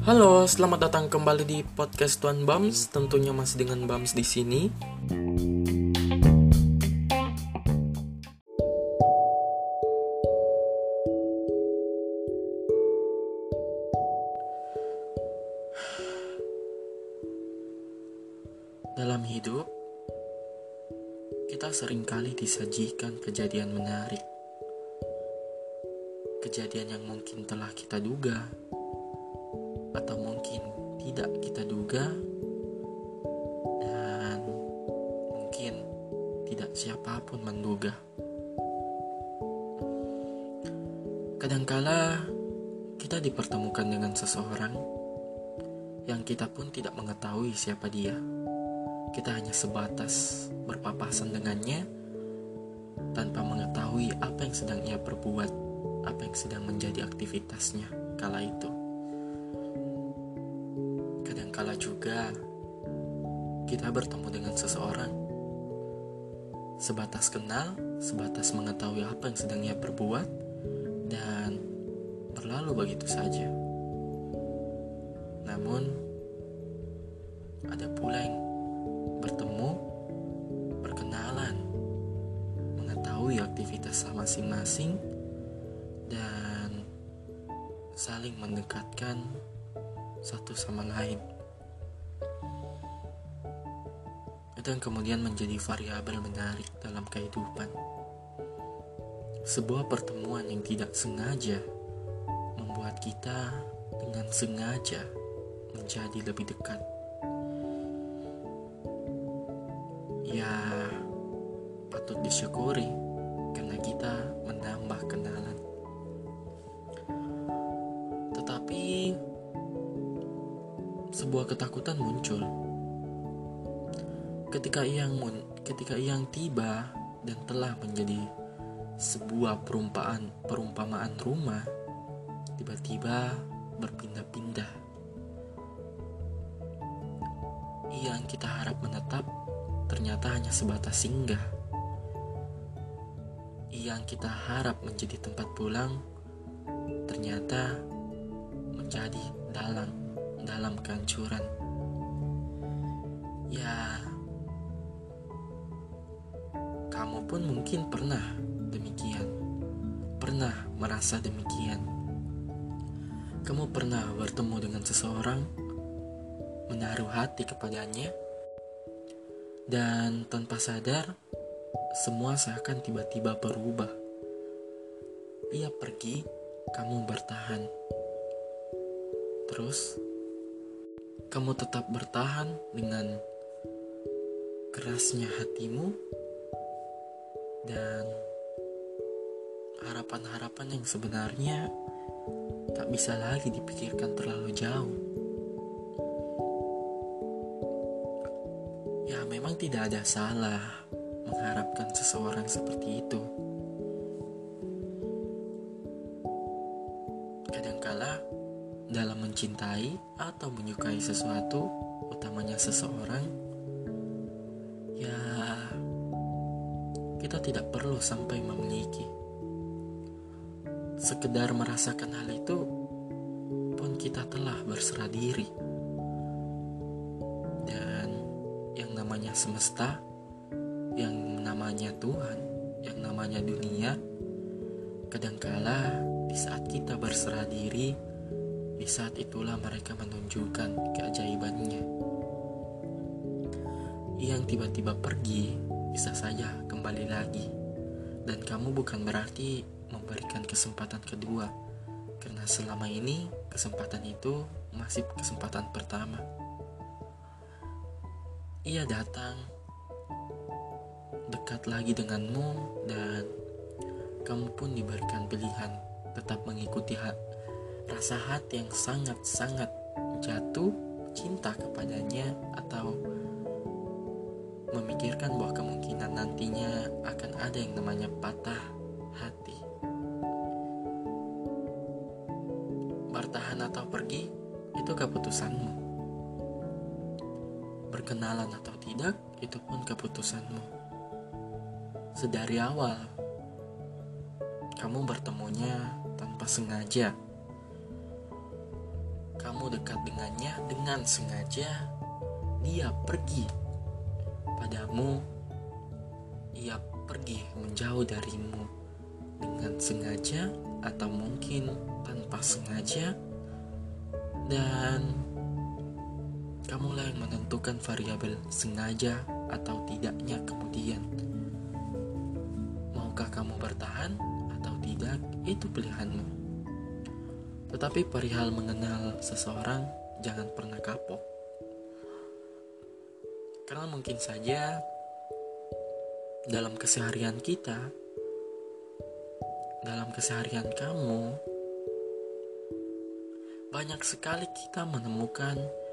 Halo, selamat datang kembali di podcast Tuan Bams. Tentunya masih dengan Bams di sini. Dalam hidup, kita seringkali disajikan kejadian menarik. Kejadian yang mungkin telah kita duga, atau mungkin tidak kita duga, dan mungkin tidak siapapun menduga. Kadangkala kita dipertemukan dengan seseorang yang kita pun tidak mengetahui siapa dia. Kita hanya sebatas berpapasan dengannya tanpa mengetahui apa yang sedang ia perbuat, apa yang sedang menjadi aktivitasnya kala itu. Kadangkala juga kita bertemu dengan seseorang sebatas kenal, sebatas mengetahui apa yang sedang ia perbuat, dan berlalu begitu saja. Namun ada pula yang bertemu, berkenalan, mengetahui aktivitas masing-masing, dan saling mendekatkan satu sama lain. Itu yang kemudian menjadi variabel menarik dalam kehidupan. Sebuah pertemuan yang tidak sengaja membuat kita dengan sengaja menjadi lebih dekat. Ya, patut disyukuri karena kita menambah kenalan. Tetapi sebuah ketakutan muncul ketika yang tiba dan telah menjadi sebuah perumpamaan rumah, tiba-tiba berpindah-pindah. Yang kita harap menetap ternyata hanya sebatas singgah. Yang kita harap menjadi tempat pulang ternyata menjadi dalam kehancuran. Ya, kamu pun mungkin pernah demikian, pernah merasa demikian. Kamu pernah bertemu dengan seseorang, menaruh hati kepadanya, dan tanpa sadar, semua seakan tiba-tiba berubah. Ia pergi, kamu bertahan. Terus, kamu tetap bertahan dengan kerasnya hatimu dan harapan-harapan yang sebenarnya tak bisa lagi dipikirkan terlalu jauh. Ya, memang tidak ada salah mengharapkan seseorang seperti itu. Kadangkala dalam mencintai atau menyukai sesuatu, utamanya seseorang, ya kita tidak perlu sampai memiliki. Sekedar merasakan hal itu pun kita telah berserah diri. Yang namanya semesta, yang namanya Tuhan, yang namanya dunia, kadangkala di saat kita berserah diri, di saat itulah mereka menunjukkan keajaibannya. Yang tiba-tiba pergi bisa saja kembali lagi, dan kamu bukan berarti memberikan kesempatan kedua, karena selama ini kesempatan itu masih kesempatan pertama. Ia datang, dekat lagi denganmu, dan kamu pun diberikan pilihan tetap mengikuti rasa hati yang sangat-sangat jatuh cinta kepadanya, atau memikirkan bahwa kemungkinan nantinya akan ada yang namanya patah hati. Bertahan atau pergi, itu keputusanmu. Berkenalan atau tidak, itu pun keputusanmu. Sedari awal, kamu bertemunya tanpa sengaja. kamu dekat dengannya dengan sengaja, dia pergi padamu, ia pergi menjauh darimu dengan sengaja atau mungkin tanpa sengaja, dan kamulah yang menentukan variabel sengaja atau tidaknya kemudian. Maukah kamu bertahan atau tidak, itu pilihanmu. Tetapi perihal mengenal seseorang, jangan pernah kapok. Karena mungkin saja dalam keseharian kita, dalam keseharian kamu, banyak sekali kita menemukan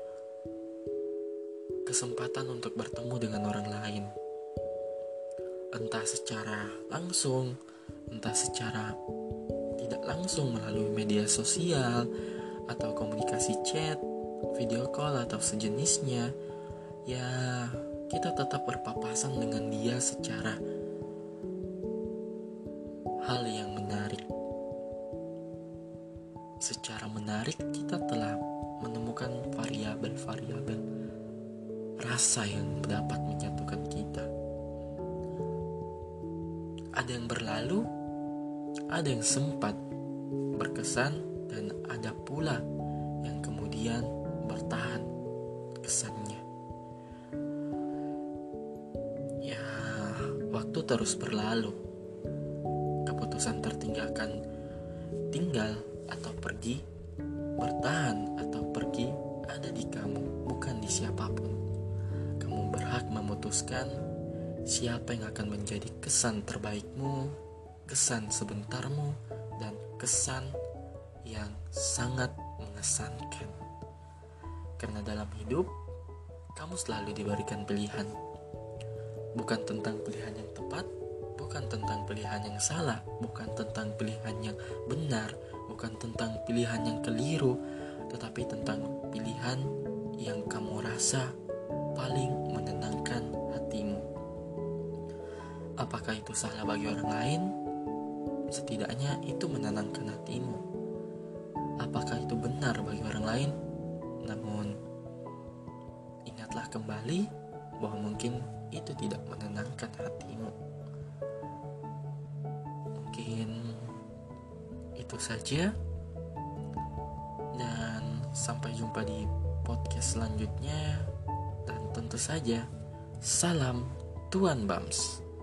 kesempatan untuk bertemu dengan orang lain. Entah secara langsung, entah secara tidak langsung melalui media sosial, atau komunikasi chat, video call, atau sejenisnya. Ya, kita tetap berpapasan dengan dia secara hal yang menarik. Secara menarik, kita telah menemukan variabel-variabel rasa yang dapat menyatukan kita. Ada yang berlalu, ada yang sempat berkesan, dan ada pula yang kemudian bertahan kesannya. Ya, waktu terus berlalu. Keputusan tertinggalkan tinggal atau pergi, bertahan atau pergi ada di kamu, bukan di siapapun. Kamu berhak memutuskan siapa yang akan menjadi kesan terbaikmu, kesan sebentarmu, dan kesan yang sangat mengesankan. Karena dalam hidup, kamu selalu diberikan pilihan. Bukan tentang pilihan yang tepat, bukan tentang pilihan yang salah, bukan tentang pilihan yang benar, bukan tentang pilihan yang keliru, tetapi tentang pilihan yang kamu rasa paling menenangkan hatimu. Apakah itu salah bagi orang lain? Setidaknya itu menenangkan hatimu. Apakah itu benar bagi orang lain? Namun, ingatlah kembali bahwa mungkin itu tidak menenangkan hatimu. Mungkin itu saja, dan sampai jumpa di podcast selanjutnya. Dan tentu saja, salam Tuan Bams.